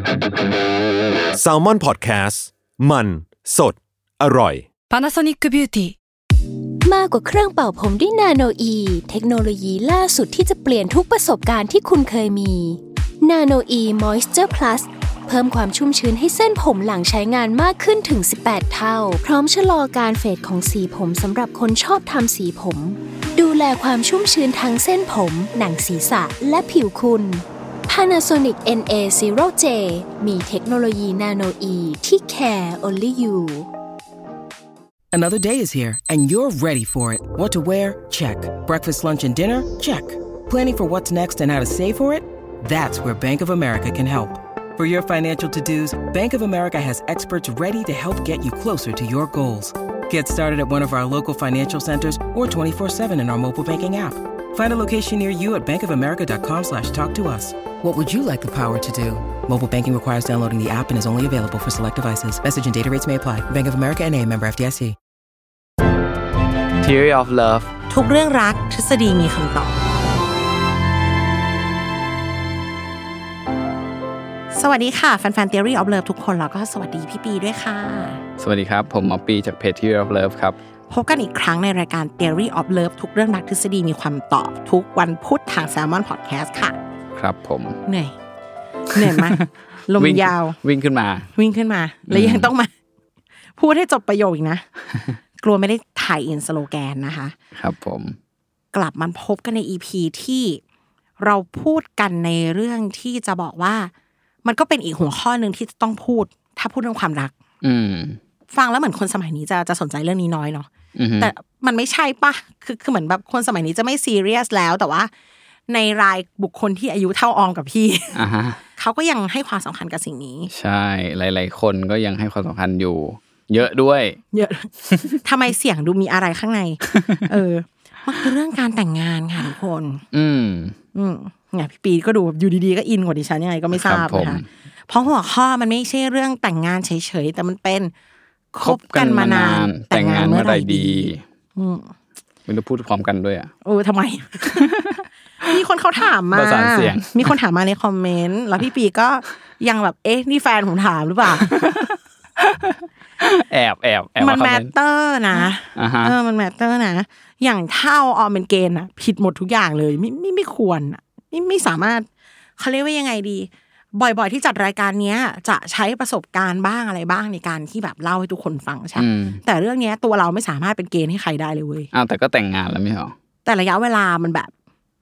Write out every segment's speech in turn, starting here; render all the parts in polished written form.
Salmon Podcast มันสดอร่อย Panasonic Beauty มากกว่าเครื่องเป่าผมด้วยนาโนอีเทคโนโลยีล่าสุดที่จะเปลี่ยนทุกประสบการณ์ที่คุณเคยมีนาโนอีมอยส์เจอร์พลัสเพิ่มความชุ่มชื้นให้เส้นผมหลังใช้งานมากขึ้นถึง18เท่าพร้อมชะลอการเฟดของสีผมสำหรับคนชอบทำสีผมดูแลความชุ่มชื้นทั้งเส้นผมหนังศีรษะและผิวคุณ Panasonic NA0J มีเทคโนโลยีนาโนอีที่ care only you Another day is here, and you're ready for it. What to wear? Check. Breakfast, lunch, and dinner? Check. Planning for what's next and how to save for it? That's where Bank of America can help. For your financial to-dos, Bank of America has experts ready to help get you closer to your goals. Get started at one of our local financial centers or 24/7 in our mobile banking app. Find a location near you at bankofamerica.com/talktous. What would you like the power to do? Mobile banking requires downloading the app and is only available for select devices. Message and data rates may apply. Bank of America NA, member FDIC. Theory of Love ทุกเรื่องรักทฤษฎีมีคำตอบสวัสดีค่ะแฟนๆ Theory of Love ทุกคนแล้วก็สวัสดีพี่ปีด้วยค่ะสวัสดีครับผมหมอปีจากเพจ Theory of Love ครับพบกันอีกครั้งในรายการ Theory of Love ทุกเรื่องรักทฤษฎีมีความตอบทุกวันพุธทาง Salmon Podcast ค่ะครับผมเหนื่อยมากลมยาววิ่งขึ้นมาแล้วยังต้องมาพูดให้จบประโยคอีกนะกลัวไม่ได้ถ่ายอินสโลแกนนะคะครับผมกลับมาพบกันใน EP ที่เราพูดกันในเรื่องที่จะบอกว่ามันก็เป็นอีกหัวข้อนึงที่ต้องพูดถ้าพูดเรื่องความรักฟังแล้วเหมือนคนสมัยนี้จะสนใจเรื่องนี้น้อยเนาะแต่มันไม่ใช่ปะคือเหมือนแบบคนสมัยนี้จะไม่ซีเรียสแล้วแต่ว่าในรายบุคคลที่อายุเท่าออมกับพี่เขาก็ยังให้ความสำคัญกับสิ่งนี้ใช่หลายๆคนก็ยังให้ความสำคัญอยู่เยอะด้วยเยอะ ทำไมเสียงดูมีอะไรข้างในมันคือเรื่องการแต่งงานค่ะทุกคนเนี่ยพี่ปีก็ดูอยู่ดีๆก็อินกว่าดิฉันยังไงก็ไม่ทราบนะคะเพราะหัวข้อมันไม่ใช่เรื่องแต่งงานเฉยๆแต่มันเป็นคบกันมานานแต่งงานเมื่อไหร่ดีไม่รู้พูดพร้อมกันด้วยอ่ะทำไม มีคนเขาถามมามีคนถามมาในคอมเมนต์แล้วพี่ปีก็ยังแบบนี่แฟนผมถามหรือเปล่าแอบมันแมตเตอร์นะมันแมตเตอร์นะอย่างเท่าออมเป็นเกณฑ์อ่ะผิดหมดทุกอย่างเลยไม่ควรอ่ะไม่สามารถเขาเรียกว่ายังไงดีบ่อยๆที่จัดรายการเนี้ยจะใช้ประสบการณ์บ้างอะไรบ้างในการที่แบบเล่าให้ทุกคนฟังใช่แต่เรื่องนี้ตัวเราไม่สามารถเป็นเกณฑ์ให้ใครได้เลยเว้ยแต่ก็แต่งงานแล้วไม่เหรอแต่ระยะเวลามันแบบ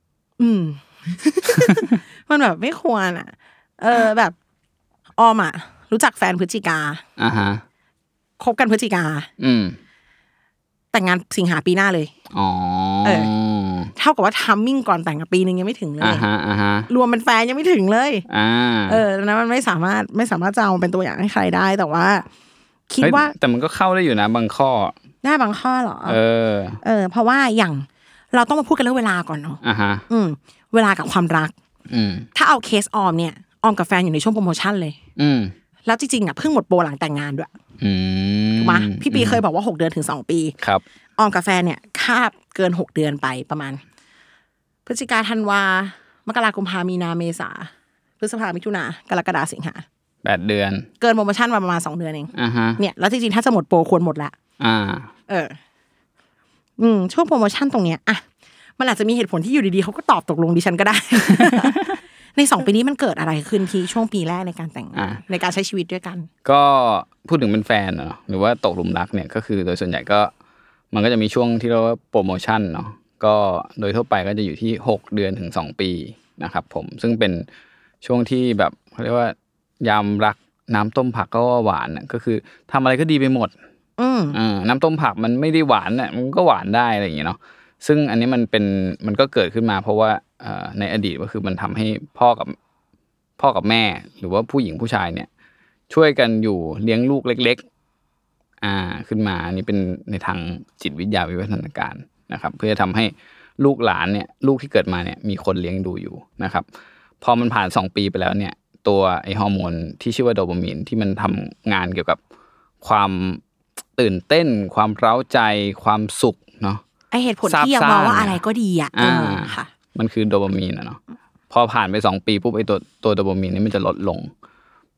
มันแบบไม่ควรอ่ะแบบออมอ่ะรู้จักแฟนพฤศจิกาคบกันพฤศจิกาแต่งงานสิงหาปีหน้าเลยเท่ากับว่าทัมมิ่งก่อนแต่งกับปีนึงยังไม่ถึงเลยรวมเป็นแฟนยังไม่ถึงเลยแล้วมันไม่สามารถจะเอาเป็นตัวอย่างให้ใครได้แต่ว่าคิดว่าแต่มันก็เข้าได้อยู่นะบางข้อได้บางข้อเหรอเพราะว่าอย่างเราต้องมาพูดกันเรื่องเวลาก่อนเนาะเวลากับความรักถ้าเอาเคสออมเนี่ยออมกับแฟนอยู่ในช่วงโปรโมชั่นเลยแล้วจริงๆอ่ะเพิ่งหมดโปรหลังแต่งงานด้วยถูกมั้ยพี่ปีเคยบอกว่า6เดือนถึง2ปีครับออมกับแฟนเนี่ยคาบเกิน6เดือนไปประมาณพฤศจิกาธันวามกราคมกุมภามีนาเมษาพฤษภามิถุนากรกฎาสิงหา 8เดือนเกินโปรโมชั่นมาประมาณ2เดือนเองเนี่ยแล้วจริงๆถ้าจะหมดโปรควรหมดละช่วงโปรโมชั่นตรงเนี้ยอ่ะมันอาจจะมีเหตุผลที่อยู่ดีๆเขาก็ตอบตกลงดิฉันก็ได้ ใน2ปีนี้มันเกิดอะไรขึ้นที่ช่วงปีแรกในการแต่งงานในการใช้ชีวิตด้วยกันก็พูดถึงเป็นแฟนเนาะหรือว่าตกหลุมรักเนี่ยก็คือโดยส่วนใหญ่ก็มันก็จะมีช่วงที่เรียกว่าโปรโมชั่นเนาะก็โดยทั่วไปก็จะอยู่ที่6เดือนถึง2ปีนะครับผมซึ่งเป็นช่วงที่แบบเขาเรียกว่ายามรักน้ำต้มผักก็หวานน่ะก็คือทำอะไรก็ดีไปหมดน้ำต้มผักมันไม่ได้หวานน่ะมันก็หวานได้อะไรอย่างเงี้ยเนาะซึ่งอันนี้มันก็เกิดขึ้นมาเพราะว่าในอดีตก็คือมันทำให้พ่อกับแม่หรือว่าผู้หญิงผู้ชายเนี่ยช่วยกันอยู่เลี้ยงลูกเล็กๆขึ้นมาอันนี้เป็นในทางจิตวิทยาวิวัฒนาการนะครับเพื่อทำให้ลูกหลานเนี่ยลูกที่เกิดมาเนี่ยมีคนเลี้ยงดูอยู่นะครับพอมันผ่าน2ปีไปแล้วเนี่ยตัวไอฮอร์โมนที่ชื่อว่าโดปามีนที่มันทำงานเกี่ยวกับความตื่นเต้นความเร้าใจความสุขเนาะไอเหตุผลที่มองว่าอะไรก็ดีอ่ะค่ะมันคือโดปามีนเนาะพอผ่านไป2ปีปุ๊บไอตัวโดปามีนนี่มันจะลดลง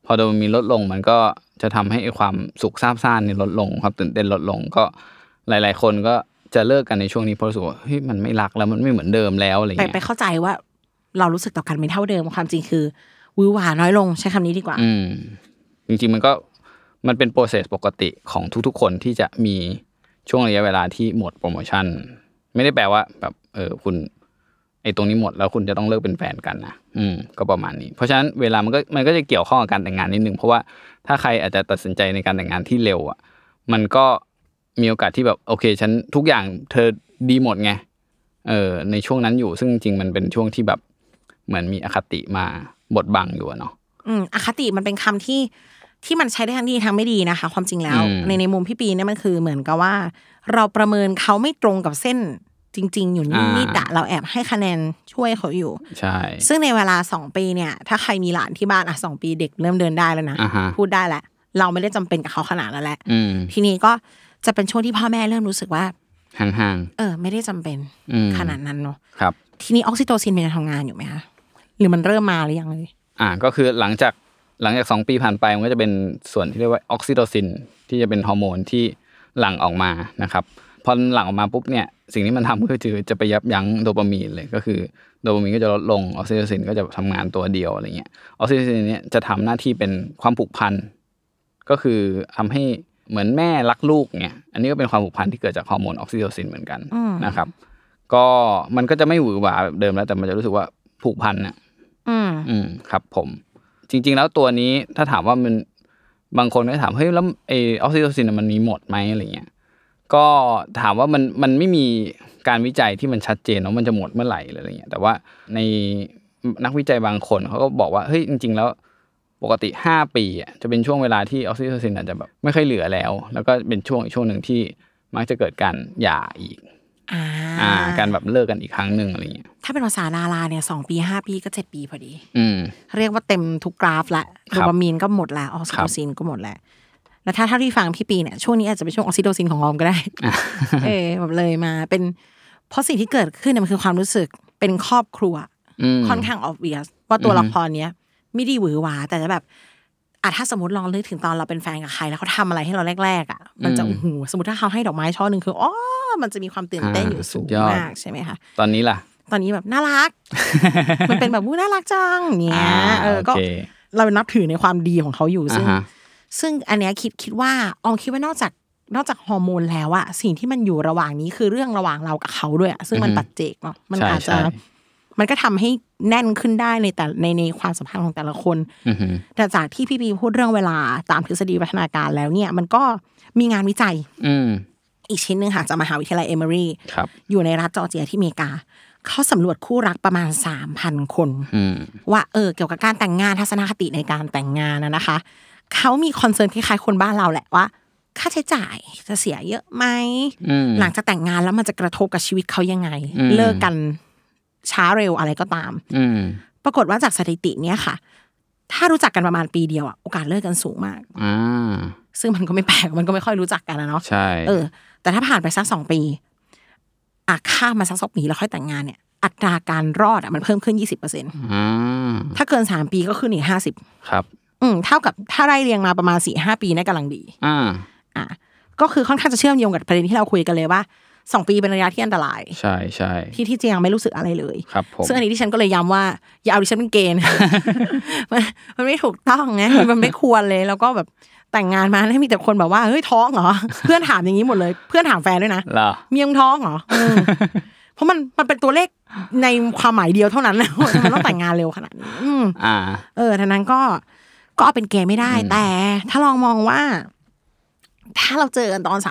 พอโดปามีนลดลงมันก็จะทำให้ความสุขซาบซ่านเนี่ยลดลงความตื่นเต้นลดลงก็หลายๆคนก็จะเลิกกันในช่วงนี้เพราะรู้สึกว่าเฮ้ยมันไม่รักแล้วมันไม่เหมือนเดิมแล้วอะไรเงี้ยไปเข้าใจว่าเรารู้สึกต่อกันไม่เท่าเดิมความจริงคือวือหวาน้อยลงใช้คำนี้ดีกว่าจริงๆมันเป็นโปรเซสปกติของทุกๆคนที่จะมีช่วงระยะเวลาที่หมดโปรโมชั่นไม่ได้แปลว่าแบบคุณไอ้ตรงนี้หมดแล้วคุณจะต้องเลิกเป็นแฟนกันนะก็ประมาณนี้เพราะฉะนั้นเวลามันก็จะเกี่ยวข้องกับการแต่งงานนิดนึงเพราะว่าถ้าใครอาจจะตัดสินใจในการแต่งงานที่เร็วอ่ะมันก็มีโอกาสที่แบบโอเคฉันทุกอย่างเธอดีหมดไงในช่วงนั้นอยู่ซึ่งจริงๆมันเป็นช่วงที่แบบเหมือนมีอคติมาบดบังอยู่เนาะอคติมันเป็นคำที่มันใช้ได้ทั้งดีทั้งไม่ดีนะคะความจริงแล้วในมุมพี่ปีเนี่ยมันคือเหมือนกับว่าเราประเมินเขาไม่ตรงกับเส้นจริงๆอยู่นิดๆเราแอบให้คะแนนช่วยเขาอยู่ใช่ซึ่งในเวลา2ปีเนี่ยถ้าใครมีหลานที่บ้าน2ปีเด็กเริ่มเดินได้แล้วนะพูดได้แล้วเราไม่ได้จำเป็นกับเขาขนาดนั้นแหละทีนี้ก็จะเป็นช่วงที่พ่อแม่เริ่มรู้สึกว่าห่างๆไม่ได้จำเป็นขนาดนั้นเนาะครับทีนี้ออกซิโตซินมันยังทำงานอยู่ไหมคะหรือมันเริ่มมาหรือยังเลยก็คือหลังจาก2ปีผ่านไปมันก็จะเป็นส่วนที่เรียกว่าออกซิโตซินที่จะเป็นฮอร์โมนที่หลั่งออกมานะครับพอหลั่งออกมาปุ๊บเนี่ยสิ่งที่มันทำก็คือจะไปยับยั้งโดปามีนเลยก็คือโดปามีนก็จะลดลงออกซิโตซินก็จะทำงานตัวเดียวอะไรเงี้ยออกซิโตซินเนี่ยจะทำหน้าที่เป็นความผูกพันก็คือทำให้เหมือนแม่รักลูกเนี่ยอันนี้ก็เป็นความผูกพันที่เกิดจากฮอร์โมนออกซิโตซินเหมือนกันนะครับก็มันก็จะไม่หวือหวาแบบเดิมแล้วแต่มันจะรู้สึกว่าผูกพันน่ะครับผมจริงๆแล้วตัวนี้ถ้าถามว่ามันบางคนก็ถามเฮ้ยแล้วไอออกซิโตซินมันมีหมดไหมอะไรเงี้ยก็ถามว่ามันไม่มีการวิจัยที่มันชัดเจนว่ามันจะหมดเมื่อไหร่อะไรเงี้ยแต่ว่าในนักวิจัยบางคนเขาก็บอกว่าเฮ้ยจริงๆแล้วปกติ5ปีอ่ะจะเป็นช่วงเวลาที่ออกซิโตซินอาจจะแบบไม่ค่อยเหลือแล้วก็เป็นช่วงนึงที่มักจะเกิดการหย่าอีกการแบบเลิกกันอีกครั้งนึงอะไรเงี้ยถ้าเป็นภาษาดาราเนี่ย2ปี5ปีก็7ปีพอดีเรียกว่าเต็มทุกกราฟละโดปามีนก็หมดแล้วออกซิโตซินก็หมดแล้วแล้วถ้าเท่าที่ฟังพี่ปีเนี่ยช่วงนี้อาจจะเป็นช่วงออกซิโตซินของออมก็ได้แบบเลยมาเป็นเพราะสิ่งที่เกิดขึ้นมันคือความรู้สึกเป็นครอบครัวค่อนข้าง obvious ว่าตัวละครเนี้ยไม่ได้หวือหวาแต่จะแบบถ้าสมมติลองนึกถึงตอนเราเป็นแฟนกับใครแล้วเขาทำอะไรให้เราแรกๆมันจะโอ้โหสมมติถ้าเขาให้ดอกไม้ช่อนึงคือมันจะมีความตื่นเต้นอยู่สูงมากใช่ไหมคะตอนนี้ล่ะตอนนี้แบบน่ารัก มันเป็นแบบน่ารักจังเนี้ยก็เรานับถือในความดีของเขาอยู่ซึ่งอันเนี้ยคิดว่าออมคิดว่านอกจากฮอร์โมนแล้วอะสิ่งที่มันอยู่ระหว่างนี้คือเรื่องระหว่างเรากับเขาด้วยซึ่งมันปัจเจกเนาะมันอาจจะมันก็ทำให้แน่นขึ้นได้ในความสัมพันธ์ของแต่ละคนแต่จากที่พี่ปีพูดเรื่องเวลาตามทฤษฎีวัฒนาการแล้วเนี่ยมันก็มีงานวิจัยอีกชิ้นนึงค่ะจากมหาวิทยาลัยเอเมอรี่อยู่ในรัฐจอร์เจียที่อเมริกาเขาสำรวจคู่รักประมาณ 3,000 คนว่าเกี่ยวกับการแต่งงานทัศนคติในการแต่งงานนะคะเขามีคอนเซิร์นคล้ายๆคนบ้านเราแหละว่าค่าใช้จ่ายจะเสียเยอะไหมหลังจากแต่งงานแล้วมันจะกระทบกับชีวิตเขายังไงเลิกกันช้าเร็วอะไรก็ตามปรากฏว่าจากสถิติเนี้ยค่ะถ้ารู้จักกันประมาณปีเดียวโอกาสเลิกกันสูงมากซึ่งมันก็ไม่แปลกมันก็ไม่ค่อยรู้จักกันนะเนาะใช่แต่ถ้าผ่านไปสัก2ปีข้ามมาสัก2ปีแล้วค่อยแต่งงานเนี่ยอัตราการรอดมันเพิ่มขึ้น 20% ถ้าเกิน3ปีก็ขึ้นอีก50 ครับเท่ากับถ้าไล่เรียงมาประมาณ 4-5 ปีนี่กำลังดีก็คือค่อนข้างจะเชื่อมโยงกับประเด็นที่เราคุยกันเลยว่า2ปีเป็นระยะที่อันตรายใช่ๆที่จะยังไม่รู้สึกอะไรเลยครับผมซึ่งอันนี้ที่ฉันก็เลยย้ำว่าอย่าเอาดิฉันเป็นเกณฑ์ มันไม่ถูกต้องไงมันไม่ควรเลยแล้วก็แบบแต่งงานมาให้มีแต่คนแบบว่าเฮ้ยท้องเหรอ เพื่อนถามอย่างนี้หมดเลยเพื่อนถามแฟนด้วยนะเมียท้องเหรอเพราะมันเป็นตัวเลขในความหมายเดียวเท่านั้นแล้วมันต้องแต่งงานเร็วขนาดนี้ทั้งนั้นก็เอาเป็นเกณฑ์ไม่ได้แต่ถ้าลองมองว่าถ้าเราเจอกันตอน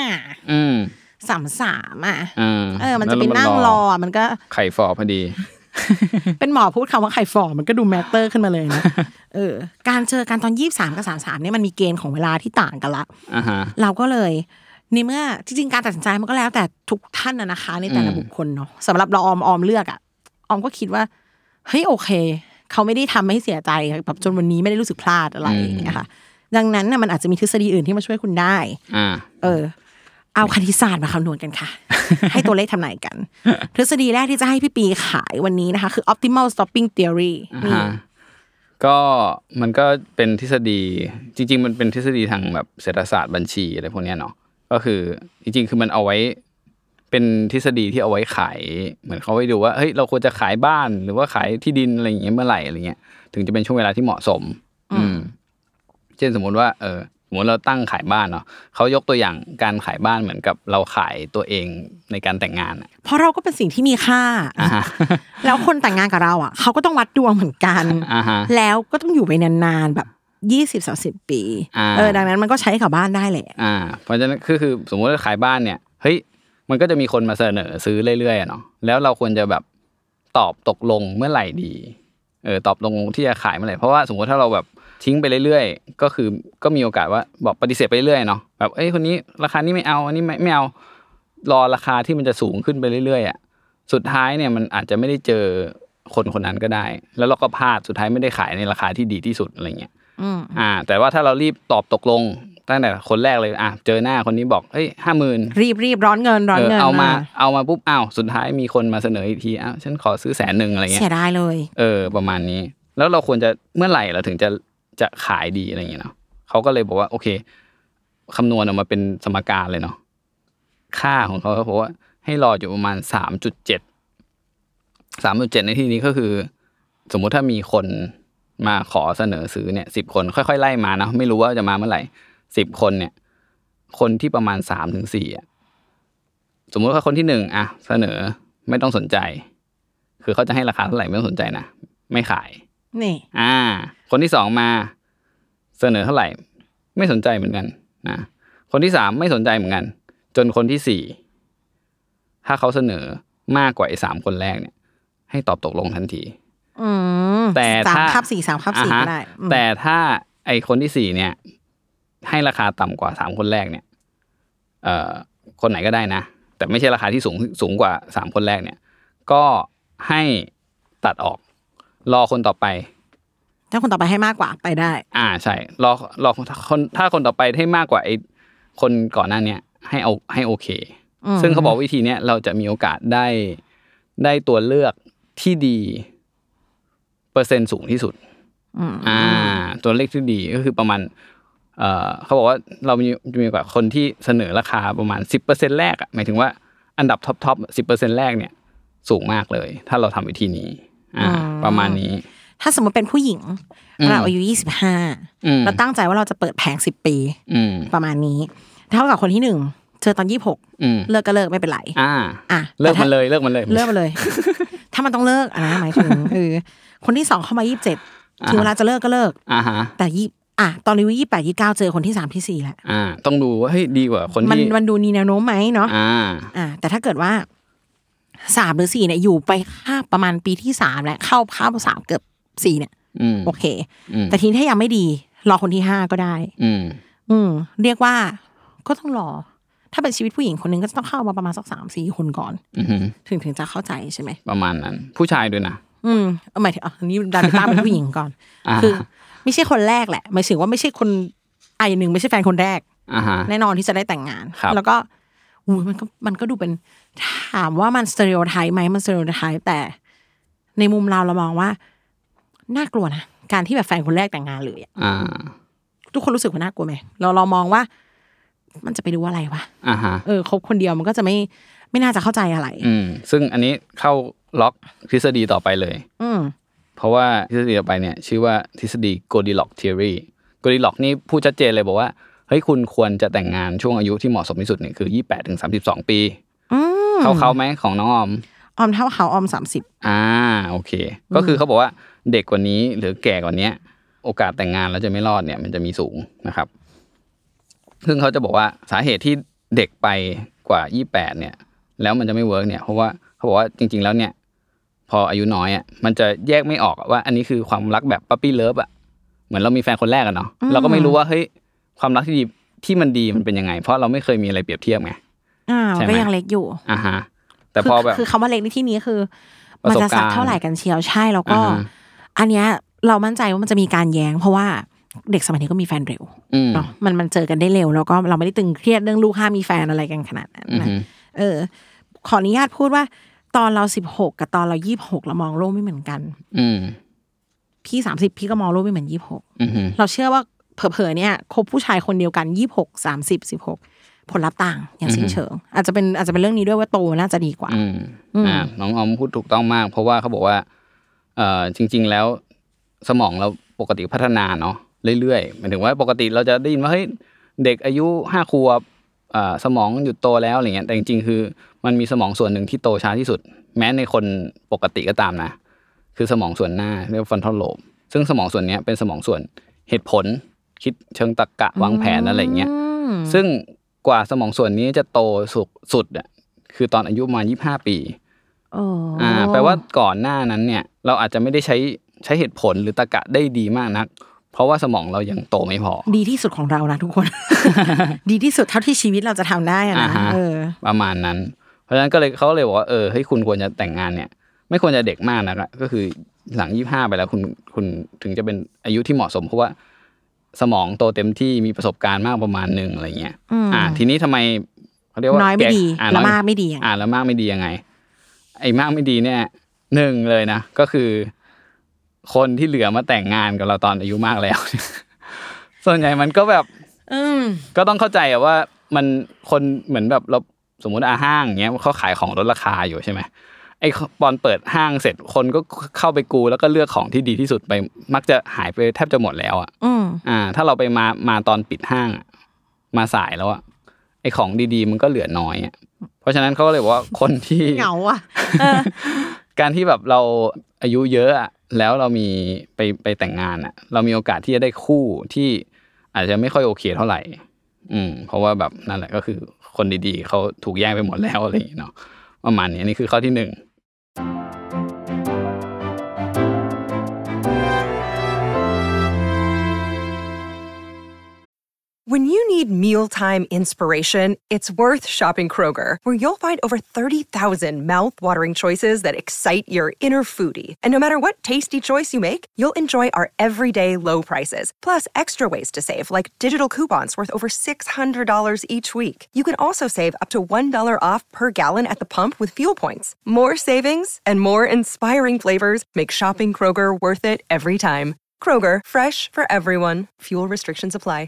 35 33มันจะไปนั่งรอมันก็ไข่ฝ่อพอดีเป็นหมอพูดคำว่าไข่ฝ่อมันก็ดูแมตเตอร์ขึ้นมาเลยนะการเจอกันตอน23กับ33เนี่ยมันมีเกณฑ์ของเวลาที่ต่างกันละเราก็เลยในเมื่อจริงๆการตัดสินใจมันก็แล้วแต่ทุกท่านนะคะในแต่ละบุคคลเนาะสำหรับเราออมเลือกออมก็คิดว่าเฮ้ยโอเคเขาไม่ได้ทำให้เสียใจแบบจนวันนี้ไม่ได้รู้สึกพลาดอะไรอย่างเงี้ยค่ะดังนั้นมันอาจจะมีทฤษฎีอื่นที่มาช่วยคุณได้เอาคณิตศาสตร์มาคำนวณกันค่ะ ให้ตัวเลขทำนายกันทฤษฎีแรกที่จะให้พี่ปีขายวันนี้นะคะคือ optimal stopping theory นี่ก็มันก็เป็นทฤษฎีจริงๆมันเป็นทฤษฎีทางแบบเศรษฐศาสตร์บัญชีอะไรพวกนี้เนาะก็คือจริงๆคือมันเอาไว้เป็นทฤษฎีที่เอาไว้ขายเหมือนเขาไว้ดูว่าเฮ้ยเราควรจะขายบ้านหรือว่าขายที่ดินอะไรอย่างเงี้ยเมื่อไหร่อะไรเงี้ยถึงจะเป็นช่วงเวลาที่เหมาะสมเช่นสมมติว่าสมมติเราตั้งขายบ้านเนาะเขายกตัวอย่างการขายบ้านเหมือนกับเราขายตัวเองในการแต่งงานเพราะเราก็เป็นสิ่งที่มีค่าแล้วคนแต่งงานกับเราอ่ะเขาก็ต้องวัดดวงเหมือนกันแล้วก็ต้องอยู่ไปนานๆแบบ20-30 ปีดังนั้นมันก็ใช้กับบ้านได้แหละเพราะฉะนั้นคือสมมติว่าขายบ้านเนี่ยเฮ้ยมันก็จะมีคนมาเสนอซื้อเรื่อยๆเนาะแล้วเราควรจะแบบตอบตกลงเมื่อไหร่ดีตอบตกลงที่จะขายเมื่อไหร่เพราะว่าสมมติถ้าเราแบบทิ้งไปเรื่อยๆก็มีโอกาสว่าบอกปฏิเสธไปเรื่อยๆเนาะแบบคนนี้ราคานี้ไม่เอาอันนี้ไม่เอารอราคาที่มันจะสูงขึ้นไปเรื่อยๆอ่ะสุดท้ายเนี่ยมันอาจจะไม่ได้เจอคนนั้นก็ได้แล้วเราก็พลาดสุดท้ายไม่ได้ขายในราคาที่ดีที่สุดอะไรเงี้ยแต่ว่าถ้าเรารีบตอบตกลงตั้งแต่คนแรกเลยเจอหน้าคนนี้บอกเฮ้ย 50,000 รีบร้อนเงินเอามาปุ๊บสุดท้ายมีคนมาเสนออีกทีฉันขอซื้อ100,000อะไรเงี้ยเสียดายเลยประมาณนี้แล้วเราควรจะเมื่อไหร่เราถึงจะขายดีอะไรอย่างเงี้ยเนาะเขาก็เลยบอกว่าโอเคคำนวณออกมาเป็นสมการเลยเนาะค่าของเขาบอกว่าให้รออยู่ประมาณ 3.7 ในที่นี้ก็คือสมมุติถ้ามีคนมาขอเสนอซื้อเนี่ย10 คนค่อยๆไล่มานะไม่รู้ว่าจะมาเมื่อไหร่10 คนเนี่ยคนที่ประมาณ 3-4 อ่ะสมมุติว่าคนที่1เสนอไม่ต้องสนใจคือเขาจะให้ราคาเท่าไหร่ไม่ต้องสนใจนะไม่ขายนี่คนที่2มาเสนอเท่าไหร่ไม่สนใจเหมือนกันนะคนที่3ไม่สนใจเหมือนกันจนคนที่4ถ้าเขาเสนอมากกว่าไอ้3 คนแรกเนี่ยให้ตอบตกลงทันทีแต่ถ้า 3/4ก็ได้แต่ถ้าไอ้คนที่4เนี่ยให้ราคาต่ำกว่า3 คนแรกเนี่ยคนไหนก็ได้นะแต่ไม่ใช่ราคาที่สูงกว่า3 คนแรกเนี่ยก็ให้ตัดออกรอคนต่อไปถ้าคนต่อไปให้มากกว่าไปได้ใช่รอคนถ้าคนต่อไปให้มากกว่าไอ้คนก่อนหน้านี้ให้โอเคซึ่งเขาบอกวิธีนี้เราจะมีโอกาสได้ตัวเลือกที่ดีเปอร์เซ็นต์สูงที่สุดตัวเลขที่ดีก็คือประมาณเขาบอกว่าเรามีโอกาสคนที่เสนอราคาประมาณ 10% แรกหมายถึงว่าอันดับท็อป 10% แรกเนี่ยสูงมากเลยถ้าเราทำวิธีนี้ประมาณนี้ถ้าสมมติเป็นผู้หญิงเราอายุ25เราตั้งใจว่าเราจะเปิดแผง10 ปีประมาณนี้เท่ากับคนที่1เจอตอน26เลิกก็เลิกไม่เป็นไรเลิกมันเลยถ้ามันต้องเลิกนะหมายถึงคนที่2เข้ามา27ถึงเวลาจะเลิกก็เลิกแต่ตอนอายุ28-29เจอคนที่3ที่4แหละต้องดูว่าเฮ้ยดีกว่าคนที่มันดูมีแนวโน้มไหมเนาะแต่ถ้าเกิดว่า3หรือ4เนี่ยอยู่ไปค่าประมาณปีที่3แล้วเข้า3เกือบ4เนี่ยโอเคแต่ทีนี้ถ้ายังไม่ดีรอคนที่5ก็ได้เรียกว่าก็ต้องรอถ้าเป็นชีวิตผู้หญิงคนนึงก็ต้องเข้ามาประมาณสัก 3-4 คนก่อนถึงจะเข้าใจใช่ไหมประมาณนั้นผู้ชายด้วยนะหมายถึงอันนี้ดันไปตั้งเป็นผู้หญิงก่อนคือไม่ใช่คนแรกแหละหมายถึงว่าไม่ใช่คนอย่างนึงไม่ใช่แฟนคนแรกแน่นอนที่จะได้แต่งงานแล้วก็มันก็ดูเป็นถามว่ามันสเตอริโอไทป์ไหมมันสเตอริโอไทป์แต่ในมุมเรามองว่าน่ากลัวนะการที่แบบแฟนคนแรกแต่งงานเลยทุกคนรู้สึกว่าน่ากลัวไหมเรามองว่ามันจะไปดูอะไรวะคบคนเดียวมันก็จะไม่น่าจะเข้าใจอะไรซึ่งอันนี้เข้าล็อกทฤษฎีต่อไปเลยเพราะว่าทฤษฎีต่อไปเนี่ยชื่อว่าทฤษฎี Goldilocks Theory Goldilocks นี่พูดชัดเจนเลยบอกว่าเฮ้ยคุณควรจะแต่งงานช่วงอายุที่เหมาะสมที่สุดเนี่ยคือ 28-32 ปีเขาไหมของน้องออมเท่าเขาออม 30โอเคก็คือเขาบอกว่าเด็กกว่านี้หรือแก่กว่านี้โอกาสแต่งงานแล้วจะไม่รอดเนี่ยมันจะมีสูงนะครับซึ่งเขาจะบอกว่าสาเหตุที่เด็กไปกว่า28เนี่ยแล้วมันจะไม่เวิร์กเนี่ยเพราะว่าเขาบอกว่าจริงๆแล้วเนี่ยพออายุน้อยมันจะแยกไม่ออกว่าอันนี้คือความรักแบบปั๊ปปี้เลิฟเหมือนเรามีแฟนคนแรกเนาะเราก็ไม่รู้ว่าเฮ้ยความรักที่ดีที่มันดีมันเป็นยังไงเพราะเราไม่เคยมีอะไรเปรียบเทียบไงก็ยังเล็กอยู่แต่พอแบบคือคำว่าเล็กในที่นี้คือมันจะสักเท่าไหร่กันเชียวใช่แล้วก็อันเนี้ยเรามั่นใจว่ามันจะมีการแย้งเพราะว่าเด็กสมัยนี้ก็มีแฟนเร็วเนาะมันเจอกันได้เร็วแล้วก็เราไม่ได้ตึงเครียดเรื่องลูกห้ามมีแฟนอะไรกันขนาดนั้นนะขออนุญาตพูดว่าตอนเรา16กับตอนเรา26เรามองโลกไม่เหมือนกันพี่30พี่ก็มองโลกไม่เหมือน26เราเชื่อว่าเผลอๆเนี่ยคบผู้ชายคนเดียวกัน26 30 16ผลลัพธ์ต่างอย่างสิ้นเชิงอาจจะเป็นเรื่องนี้ด้วยว่าโตน่าจะดีกว่าน้องออมพูดถูกต้องมากเพราะว่าเขาบอกว่าจริงๆแล้วสมองเราปกติพัฒนาเนาะเรื่อยๆหมายถึงว่าปกติเราจะได้ยินว่าเฮ้ยเด็กอายุ5 ขวบสมองหยุดโตแล้วอะไรเงี้ยแต่จริงๆคือมันมีสมองส่วนหนึ่งที่โตช้าที่สุดแม้ในคนปกติก็ตามนะคือสมองส่วนหน้าเรียกว่า frontal lobe ซึ่งสมองส่วนนี้เป็นสมองส่วนเหตุผลคิดเชิงตรรกะวางแผนอะไรเงี้ยซึ่งกว่าสมองส่วนนี้จะโตสุดอ่ะคือตอนอายุประมาณ25 ปีแปลว่าก่อนหน้านั้นเนี่ยเราอาจจะไม่ได้ใช้เหตุผลหรือตรรกะได้ดีมากนักเพราะว่าสมองเรายังโตไม่พอดีที่สุดของเรานะทุกคน ดีที่สุดเท่าที่ชีวิตเราจะทำได้นะประมาณนั้นเพราะฉะนั้นก็เลยเขาเลยบอกว่าเฮ้ยคุณควรจะแต่งงานเนี่ยไม่ควรจะเด็กมากนะก็คือหลัง25ไปแล้วคุณถึงจะเป็นอายุที่เหมาะสมเพราะว่าสมองโตเต็มที่มีประสบการณ์มากประมาณนึงอะไรเงี้ยทีนี้ทำไมเขาเรียกว่าน้อยไม่ดีแล้วมากไม่ดีแล้วมากไม่ดียังไงไอ้มากไม่ดีเนี่ย1เลยนะก็คือคนที่เหลือมาแต่งงานกับเราตอนอายุมากแล้วส่วนใหญ่มันก็แบบก็ต้องเข้าใจว่ามันคนเหมือนแบบเราสมมุติห้างเงี้ยเขาขายของลดราคาอยู่ใช่ไหมไอ้ตอนเปิดห้างเสร็จคนก็เข้าไปกูแล้วก็เลือกของที่ดีที่สุดไปมักจะหายไปแทบจะหมดแล้วถ้าเราไปมาตอนปิดห้างมาสายแล้วไอ้ของดีๆมันก็เหลือน้อยเพราะฉะนั้นเขาก็เลยบอกว่าคนที่เหงาการที่แบบเราอายุเยอะแล้วเรามีไปแต่งงานเรามีโอกาสที่จะได้คู่ที่อาจจะไม่ค่อยโอเคเท่าไหร่เพราะว่าแบบนั่นแหละก็คือคนดีๆเขาถูกแย่งไปหมดแล้วอะไรอย่างเงี้ยเนาะประมาณนี้นี่คือข้อที่1 When you need mealtime inspiration, it's worth shopping Kroger, where you'll find over 30,000 mouth-watering choices that excite your inner foodie. And no matter what tasty choice you make, you'll enjoy our everyday low prices, plus extra ways to save, like digital coupons worth over $600 each week. You can also save up to $1 off per gallon at the pump with fuel points. More savings and more inspiring flavors make shopping Kroger worth it every time. Kroger, fresh for everyone. Fuel restrictions apply.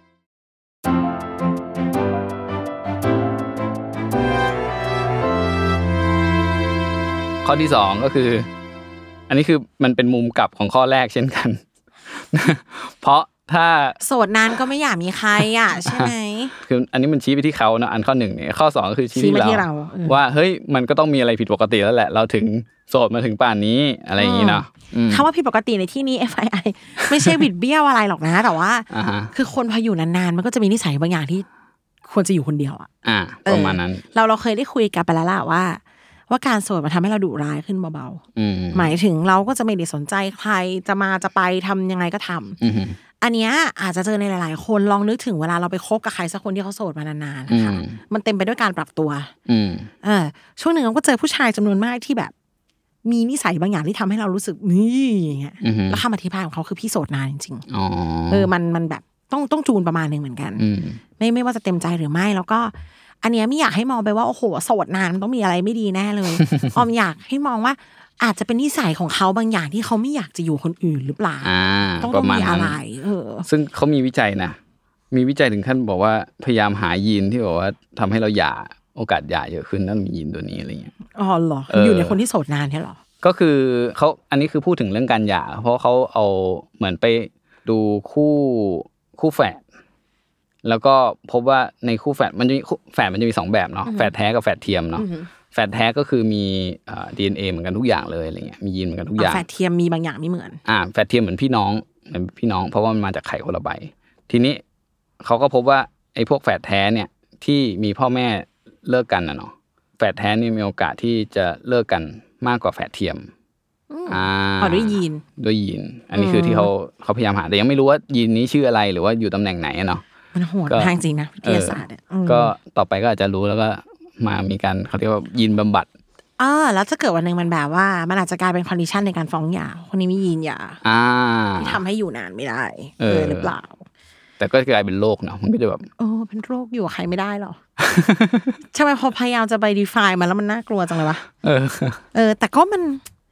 ข้อที่2ก็คืออันนี้คือมันเป็นมุมกลับของข้อแรกเช่นกัน เพราะถ้าโสดนานก็ไม่อยากมีใครใช่ไหมคืออันนี้มันชี้ไปที่เขานะอันข้อ1เนี่ยข้อ2ก็คือชี้ไปที่เราว่าเฮ้ยมันก็ต้องมีอะไรผิดปกติแล้วแหละเราถึงโสดมาถึงป่านนี้อะไรอย่างงี้เนาะคำว่าผิดปกติในที่นี้ FII ไม่ใช่บิดเบี้ยวอะไรหรอกนะแต่ว่าคือคนพออยู่นานๆมันก็จะมีนิสัยบางอย่างที่ควรจะอยู่คนเดียวประมาณนั้นเราเคยได้คุยกันไปแล้วล่ะว่าการโสดมันทำให้เราดุร้ายขึ้นเบาๆหมายถึงเราก็จะไม่ได้สนใจใครจะไปทำยังไงก็ทำอันเนี้ยอาจจะเจอในหลายๆคนลองนึกถึงเวลาเราไปคบกับใครสักคนที่เขาโสดมานานๆนะคะมันเต็มไปด้วยการปรับตัวช่วงหนึ่งเราก็เจอผู้ชายจำนวนมากที่แบบมีนิสัยบางอย่างที่ทำให้เรารู้สึกนี่อย่างเงี้ยแล้วคำอธิบายของเขาคือพี่โสดนานจริงๆมันแบบต้องจูนประมาณนึงเหมือนกันไม่ว่าจะเต็มใจหรือไม่แล้วก็อันเนี้ยไม่อยากให้มองไปว่าโอ้โหโสดนานมันต้องมีอะไรไม่ดีแน่เลย ออมอยากให้มองว่าอาจจะเป็นนิสัยของเขาบางอย่างที่เขาไม่อยากจะอยู่คนอื่นหรือเปล่าต้องมีอะไรซึ่งเขามีวิจัยนะมีวิจัยถึงขั้นบอกว่าพยายามหายีนที่บอกว่าทำให้เราหย่าโอกาสหย่าเยอะขึ้นนั่นมียีนตัวนี้อะไรเงี้ยเหรออยู่ในคนที่โสดนานใช่หรอก็คือเขาอันนี้คือพูดถึงเรื่องการหย่าเพราะเขาเอาเหมือนไปดูคู่แฝดแล้วก็พบว่าในคู่แฝดมันจะมี2แบบเนาะแฝดแท้กับแฝดเทียมเนาะแฝดแท้ก็คือมีDNA เหมือนกันทุกอย่างเลยอะไรเงี้ยมียีนเหมือนกันทุกอย่างแฝดเทียมมีบางอย่างไม่เหมือนแฝดเทียมเหมือนพี่น้องเพราะว่ามันมาจากไข่คนละใบทีนี้เขาก็พบว่าไอ้พวกแฝดแท้เนี่ยที่มีพ่อแม่เลิกกันเนาะแฝดแท้นี่มีโอกาสที่จะเลิกกันมากกว่าแฝดเทียมด้วยยีนอันนี้คือที่เขาพยายามหาแต่ยังไม่รู้ว่ายีนนี้ชื่ออะไรหรือว่าอยู่ตำแหน่งไหนเนาะมันโหดทางจริงนะวิทยาศาสตร์ก็ต่อไปก็อาจจะรู้แล้วก็มามีการเขาเรียกว่ายีนบำบัดแล้วถ้าเกิดวันนึงมันแบบว่ามันอาจจะกลายเป็นคอนดิชันในการฟ้องหย่าคนนี้มียีนหย่าที่ทำให้อยู่นานไม่ได้หรือเปล่าแต่ก็กลายเป็นโรคเนาะมันก็จะแบบเป็นโรคอยู่กับใครไม่ได้หรอใช่ไหมพอพยายามจะไป define มันแล้วมันน่ากลัวจังเลยวะแต่ก็มัน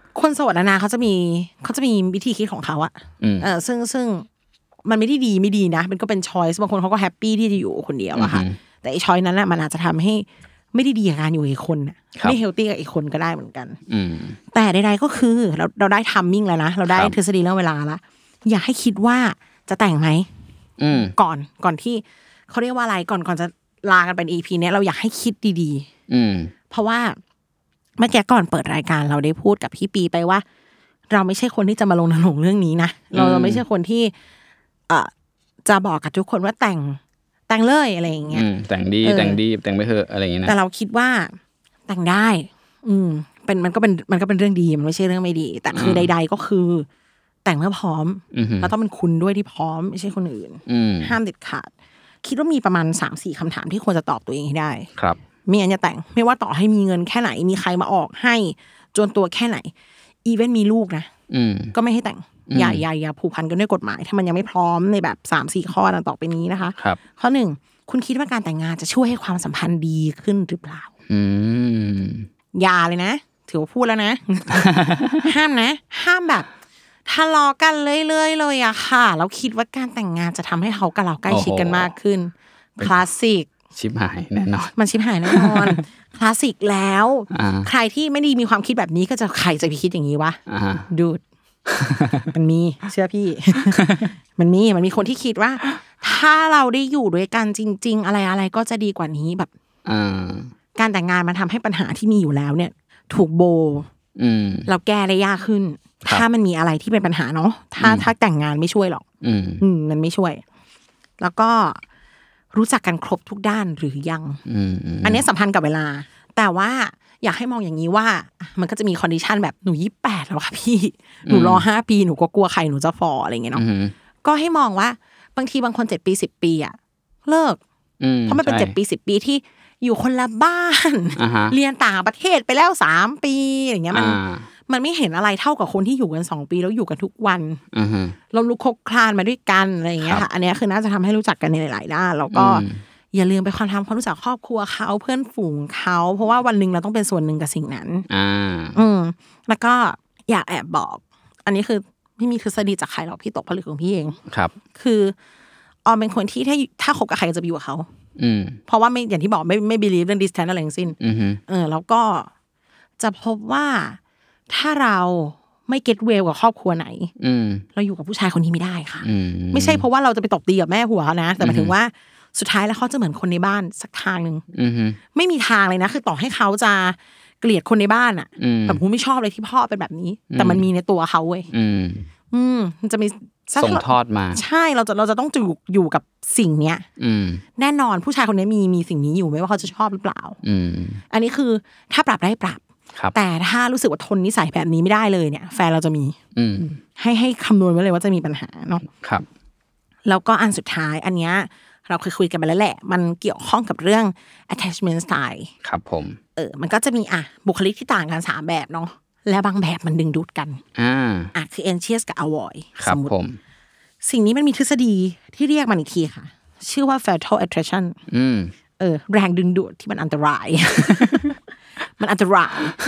คนโสดนะเขาจะมีวิธีคิดของเขาอะซึ่งมันไม่ได้ดีไม่ดีนะมันก็เป็นช้อยส์บางคนเขาก็แฮปปี้ที่จะอยู่คนเดียวอะค่ะแต่ไอ้ช้อยนั้นน่ะมันอาจจะทำให้ไม่ได้ดีกับการอยู่กับอีกคนไม่เฮลตี้กับอีกคนก็ได้เหมือนกันแต่ใดๆก็คือเราได้ทัมมิ่งแล้วนะเราได้ทฤษฎีเรื่องเวลาละอยากให้คิดว่าจะแต่งไหมก่อนที่เขาเรียกว่าอะไรก่อนจะลากันเป็น EP เนี้ยเราอยากให้คิดดีๆเพราะว่าเมื่อกี้ก่อนเปิดรายการเราได้พูดกับพี่ปีไปว่าเราไม่ใช่คนที่จะมาลงเรื่องนี้นะเราไม่ใช่คนที่จะบอกกับทุกคนว่าแต่งเลยอะไรอย่างเงี้ยแต่งดีแต่งไม่เถอะอะไรอย่างเงี้ยนะแต่เราคิดว่าแต่งได้มันก็เป็นเรื่องดีมันไม่ใช่เรื่องไม่ดีแต่คือใดๆก็คือแต่งเมื่อพร้อมแล้วต้องเป็นคุณด้วยที่พร้อมไม่ใช่คนอื่นห้ามเด็ดขาดคิดว่ามีประมาณ 3-4 คำถามที่ควรจะตอบตัวเองให้ได้ครับไม่งั้นจะแต่งไม่ว่าต่อให้มีเงินแค่ไหนมีใครมาออกให้จนตัวแค่ไหนอีเวนต์มีลูกนะก็ไม่ให้แต่งอย่าผูกพันกันด้วยกฎหมายถ้ามันยังไม่พร้อมในแบบ 3-4 ข้อต่อไปนี้นะคะข้อ 1คุณคิดว่าการแต่งงานจะช่วยให้ความสัมพันธ์ดีขึ้นหรือเปล่าอย่าเลยนะถือว่าพูดแล้วนะ ห้ามแบบทะเลาะกันเรื่อยๆเลยอะค่ะแล้วคิดว่าการแต่งงานจะทำให้เขากับเราใกล้ชิดกันมากขึ้นคลาสสิกชิบหายแน่นอนมันชิบหายแน่นอน คลาสสิกแล้วใครที่ไม่ได้มีความคิดแบบนี้ก็จะใครจะไปคิดอย่างนี้วะดูด มันมีเชื่อพี่ มันมีคนที่คิดว่าถ้าเราได้อยู่ด้วยกันจริงๆอะไรก็จะดีกว่านี้แบบการแต่งงานมันทำให้ปัญหาที่มีอยู่แล้วเนี่ยถูกโบเราแก้ได้ยากขึ้นถ้ามันมีอะไรที่เป็นปัญหาเนาะถ้าแต่งงานไม่ช่วยหรอกมันไม่ช่วยแล้วก็รู้จักกันครบทุกด้านหรือยังอันนี้สัมพันธ์กับเวลาแต่ว่าอยากให้มองอย่างนี้ว่ามันก็จะมีคอนดิชันแบบหนู28แล้วค่ะพี่หนูรอ5ปีหนูก็กลัวใครหนูจะฟออะไรเงี้ยเนาะก็ให้มองว่าบางทีบางคน7ปี10ปีอะเลิกเพราะมันเป็น7ปี10ปีที่อยู่คนละบ้านเรียนต่างประเทศไปแล้ว3ปีอย่างเงี้ยมันไม่เห็นอะไรเท่ากับคนที่อยู่กัน2ปีแล้วอยู่กันทุกวันล้มลุกคลุกคลานมาด้วยกันอะไรอย่างเงี้ยค่ะอันนี้คือน่าจะทำให้รู้จักกันในหลายๆด้านแล้วก็อย่าลืมไปความรู้จักครอบครัวเขาเพื่อนฝูงเขาเพราะว่าวันนึงเราต้องเป็นส่วนหนึ่งกับสิ่งนั้นแล้วก็อยากแอบบอกอันนี้คือไม่มีทฤษฎีจากใครหรอกพี่ตกผลึกของพี่เองครับคือออมเป็นคนที่ถ้าคบกับใครจะไปอยู่กับเขาเพราะว่าไม่อย่างที่บอกไม่ believe เรื่อง distance อะไรทั้งสิ้นแล้วก็จะพบว่าถ้าเราไม่ get well กับครอบครัวไหนเราอยู่กับผู้ชายคนนี้ไม่ได้ค่ะไม่ใช่เพราะว่าเราจะไปตบตีกับแม่ผัวเขานะแต่หมายถึงว่าสุดท้ายแล้วเขาจะเหมือนคนในบ้านสักทางนึงไม่มีทางเลยนะคือต่อให้เขาจะเกลียดคนในบ้านอ่ะแบบผมไม่ชอบเลยที่พ่อเป็นแบบนี้แต่มันมีในตัวเขาเว้ยมันจะมีส่งทอดมาใช่เราจะต้องอยู่กับสิ่งเนี้ยแน่นอนผู้ชายคนนี้มีสิ่งนี้อยู่ไม่ว่าเขาจะชอบหรือเปล่าอันนี้คือถ้าปรับได้ปรับแต่ถ้ารู้สึกว่าทนนิสัยแบบนี้ไม่ได้เลยเนี่ยแฟนเราจะมีให้คำนวณไว้เลยว่าจะมีปัญหาเนาะครับแล้วก็อันสุดท้ายอันเนี้ยเราเคยคุยกันไปแล้วแหละมันเกี่ยวข้องกับเรื่อง attachment style ครับผมมันก็จะมีบุคลิกที่ต่างกัน3แบบเนาะและบางแบบมันดึงดูดกันคือ anxious กับ avoid ครับผมสิ่งนี้มันมีทฤษฎีที่เรียกมันอีกทีค่ะชื่อว่า fatal attraction แรงดึงดูดที่มันอันตราย มันอันตราย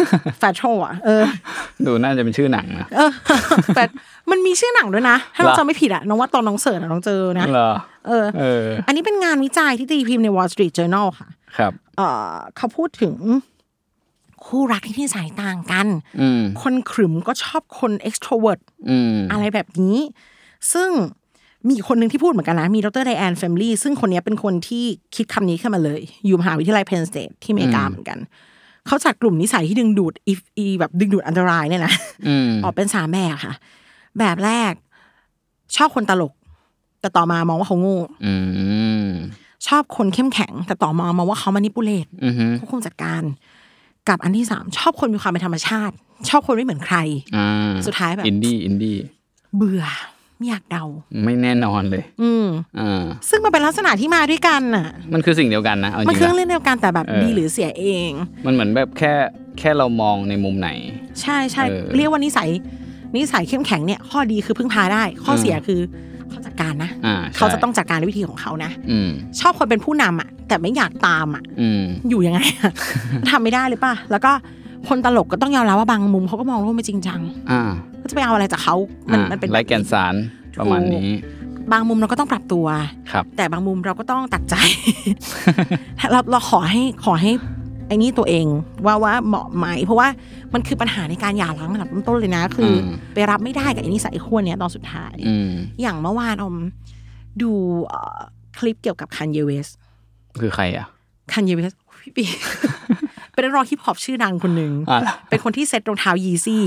fatal ดูน่าจะเป็นชื่อหนังนะแต่มันมีชื่อหนังด้วยนะถ้าเราจำไม่ผิดน้องว่าตอนน้องเสิร์ชน้องเจอนะอันนี้เป็นงานวิจัยที่ตีพิมพ์ใน Wall Street Journal ค่ะครับเขาพูดถึงคู่รักที่นิสัยต่างกันคนขรึมก็ชอบคน extrovert อะไรแบบนี้ซึ่งมีคนหนึ่งที่พูดเหมือนกันนะมีดร. Diane Family ซึ่งคนนี้เป็นคนที่คิดคำนี้ขึ้นมาเลยอยู่มหาวิทยาลัย Penn State ที่อเมริกาเหมือนกันเขาจัดกลุ่มนิสัยที่ดึงดูดแบบดึงดูดอันตรายเนี่ยนะออกเป็น3แบบค่ะแบบแรกชอบคนตลกแต่ต่อมามองว่าเขาโง่ชอบคนเข้มแข็งแต่ต่อมามองว่าเขามานิปุเลตเขาคงจัดการกับอันที่3ชอบคนมีความเป็นธรรมชาติชอบคนไม่เหมือนใครสุดท้ายแบบอินดี้เบื่อไม่อยากเดาไม่แน่นอนเลยซึ่งมันเป็นลักษณะที่มาด้วยกันน่ะมันคือสิ่งเดียวกันนะมันคือเรื่องเดียวกันแต่แบบดีหรือเสียเองมันเหมือนแบบแค่เรามองในมุมไหนใช่ใช่เรียกว่านิสัยเข้มแข็งเนี่ยข้อดีคือพึ่งพาได้ข้อเสียคือเขาจัดการนะเขาจะต้องจัดการด้วยวิธีของเขานะชอบคนเป็นผู้นำอ่ะแต่ไม่อยากตามอ่ะอยู่ยังไงทำไม่ได้เลยป่ะแล้วก็คนตลกก็ต้องยอมรับว่าบางมุมเขาก็มองโลกไม่จริงจังก็จะไปเอาอะไรจากเขามันเป็นไร้แก่นสารประมาณนี้บางมุมเราก็ต้องปรับตัวแต่บางมุมเราก็ต้องตัดใจ เราขอให้ไอ้นี่ตัวเองว่าเหมาะไหมเพราะว่ามันคือปัญหาในการหย่าร้างระดับต้นเลยนะคือไปรับไม่ได้กับไอ้นิสัยขั้วเนี้ยตอนสุดท้ายอย่างเมื่อวานดูคลิปเกี่ยวกับคันเยเวสคือใครอ่ะคันเยเวสพี่ปีเป็นนักร้องฮิปฮอปชื่อดังคนนึงเป็นคนที่เซ็ตรองเท้ายีซี่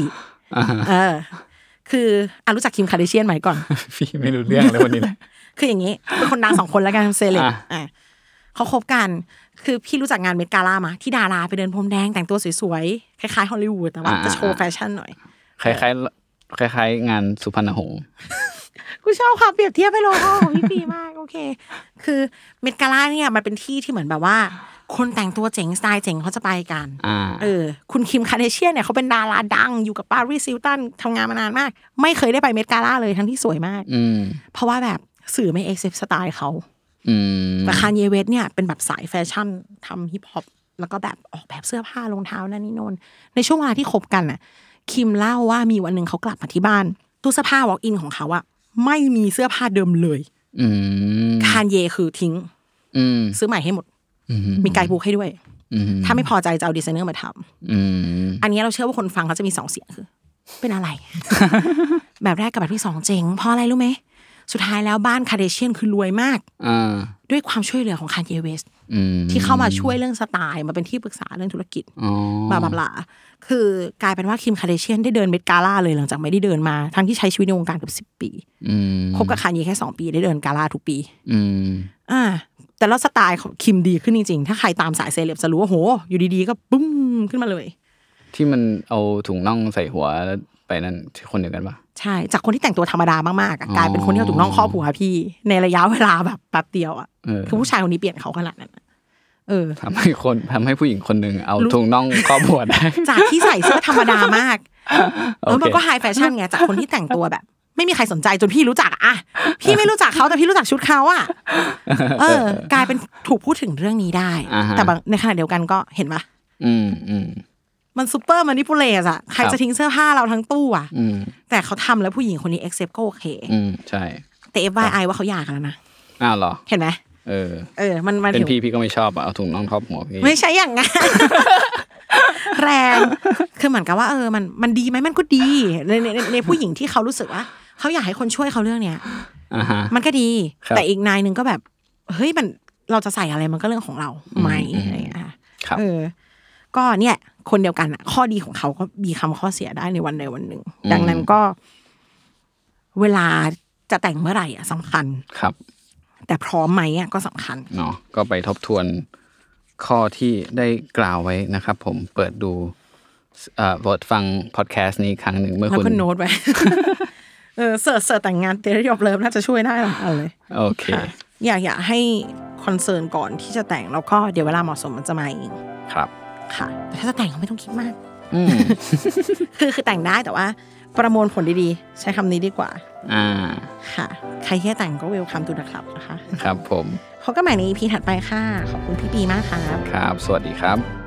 คือรู้จักคิมคาร์เดเชียนไหมก่อนพี่ไม่รู้เรื่องเลยคนนี้นะคืออย่างนี้เป็นคนดัง2คนแล้วกันเซเลบเขาคบกันคือพี่รู้จักงานเมดกาล่ามาที่ดาราไปเดินพรมแดงแต่งตัวสวยๆคล้ายๆฮอลลีวูดแต่ว่าจะโชว์แฟชั่นหน่อยคล้ายงานสุพรรณหงษ์กูชอบความเปรียบเทียบให้โลโก้ของพี่ปีมากโอเคคือเมดกาล่าเนี่ยมันเป็นที่ที่เหมือนแบบว่าคนแต่งตัวเจ๋งสไตล์เจ๋งเขาจะไปกันคุณคิมคาร์เดเชียนเนี่ยเขาเป็นดาราดังอยู่กับปาริสฮิลตันทำงานมานานมากไม่เคยได้ไปเมดกาล่าเลยทั้งที่สวยมากเพราะว่าแบบสื่อไม่เอ็กเซปต์สไตล์เขาแต่คานเยเวสเนี่ยเป็นแบบสายแฟชั่นทำฮิปฮอปแล้วก็แบบออกแบบเสื้อผ้ารองเท้านั่นนี่โน่นในช่วงเวลาที่คบกันน่ะคิมเล่าว่ามีวันนึงเขากลับมาที่บ้านตู้เสื้อผ้าวอล์กอินของเขาอะไม่มีเสื้อผ้าเดิมเลยคานเยคือทิ้งซื้อใหม่ให้หมดมีไกด์บุ๊กให้ด้วยถ้าไม่พอใจจะเอาดีไซเนอร์มาทำอันนี้เราเชื่อว่าคนฟังเขาจะมี2เสียงคือเป็นอะไร แบบแรกกับแบบที่2เจ๋งเพราะอะไรรู้ไหมสุดท้ายแล้วบ้านคาร์เดเชียนคือรวยมากด้วยความช่วยเหลือของคานเยเวสที่เข้ามาช่วยเรื่องสไตล์มาเป็นที่ปรึกษาเรื่องธุรกิจบลาบลาคือกลายเป็นว่าคิมคาร์เดเชียนได้เดินเมดกาล่าเลยหลังจากไม่ได้เดินมาทั้งที่ใช้ชีวิตในวงการเกือบ10 ปีคบกับคานเยแค่2 ปีได้เดินกาล่าทุกปีแต่แล้วสไตล์ของคิมดีขึ้นจริงๆถ้าใครตามสายเซเลบจะรู้ว่าโหอยู่ดีๆก็ปุ้มขึ้นมาเลยที่มันเอาถุงน่องใส่หัวแล้วไปนั่นคนเดียวกันปะใช่จากคนที่แต่งตัวธรรมดามากๆกลายเป็นคนที่เอาถุงน่องครอบหัวพี่ในระยะเวลาแบบแป๊บเดียวคือผู้ชายคนนี้เปลี่ยนเขาขนาดนั้นทำให้ผู้หญิงคนนึงเอาถุงน่องครอบหัวได้จากที่ใส่เสื้อธรรมดามากแล้วมันก็ไฮแฟชั่นไงจากคนที่แต่งตัวแบบไม่มีใครสนใจจนพี่รู้จักพี่ไม่รู้จักเขาแต่พี่รู้จักชุดเขากลายเป็นถูกพูดถึงเรื่องนี้ได้แต่ในขณะเดียวกันก็เห็นปะมันซูเปอร์มานิปูเลสใครจะทิ้งเสื้อผ้าเราทั้งตู้แต่เขาทำแล้วผู้หญิงคนนี้เอ็กเซปก็โอเคใช่แต่ FYI ว่าเขาหย่ากันแล้วนะเหรอเห็นไหมมันเป็นพี่ก็ไม่ชอบเอาถุงน่องครอบหัวพี่ไม่ใช่อย่างงั้นแรงคือเหมือนกับว่ามันดีไหมมันก็ดีในผู้หญิงที่เขารู้สึกว่าเขาอยากให้คนช่วยเขาเรื่องเนี้ยมันก็ดีแต่อีกนายนึงก็แบบเฮ้ยมันเราจะใส่อะไรมันก็เรื่องของเราไหมอะไรอย่างเงี้ยก็เนี่ยคนเดียวกันข้อดีของเขาก็มีข้อเสียได้ในวันใดวันหนึ่งดังนั้นก็เวลาจะแต่งเมื่อไหร่สำคัญครับแต่พร้อมไหมก็สำคัญเนาะก็ไปทบทวนข้อที่ได้กล่าวไว้นะครับผมเปิดดูบทฟังพอดแคสต์นี้ครั้งหนึ่งเมื่อคุณแล้วก็โน้ตไว้เสิร์ชแต่งงาน Theory of Love น่าจะช่วยได้หรอกอะไรโอเคอยากให้คอนเซิร์นก่อนที่จะแต่งแล้วก็เดี๋ยวเวลาเหมาะสมมันจะมาเองครับค่ะแต่ถ้าจะแต่งก็ไม่ต้องคิดมากคือแต่งได้แต่ว่าประมวลผลดีๆใช้คำนี้ดีกว่าค่ะใครแค่แต่งก็เวลคัมทูเดอะคลับนะคะครับผมพบกันใหม่ใน EP ถัดไปค่ะขอบคุณพี่ปีมากครับครับสวัสดีครับ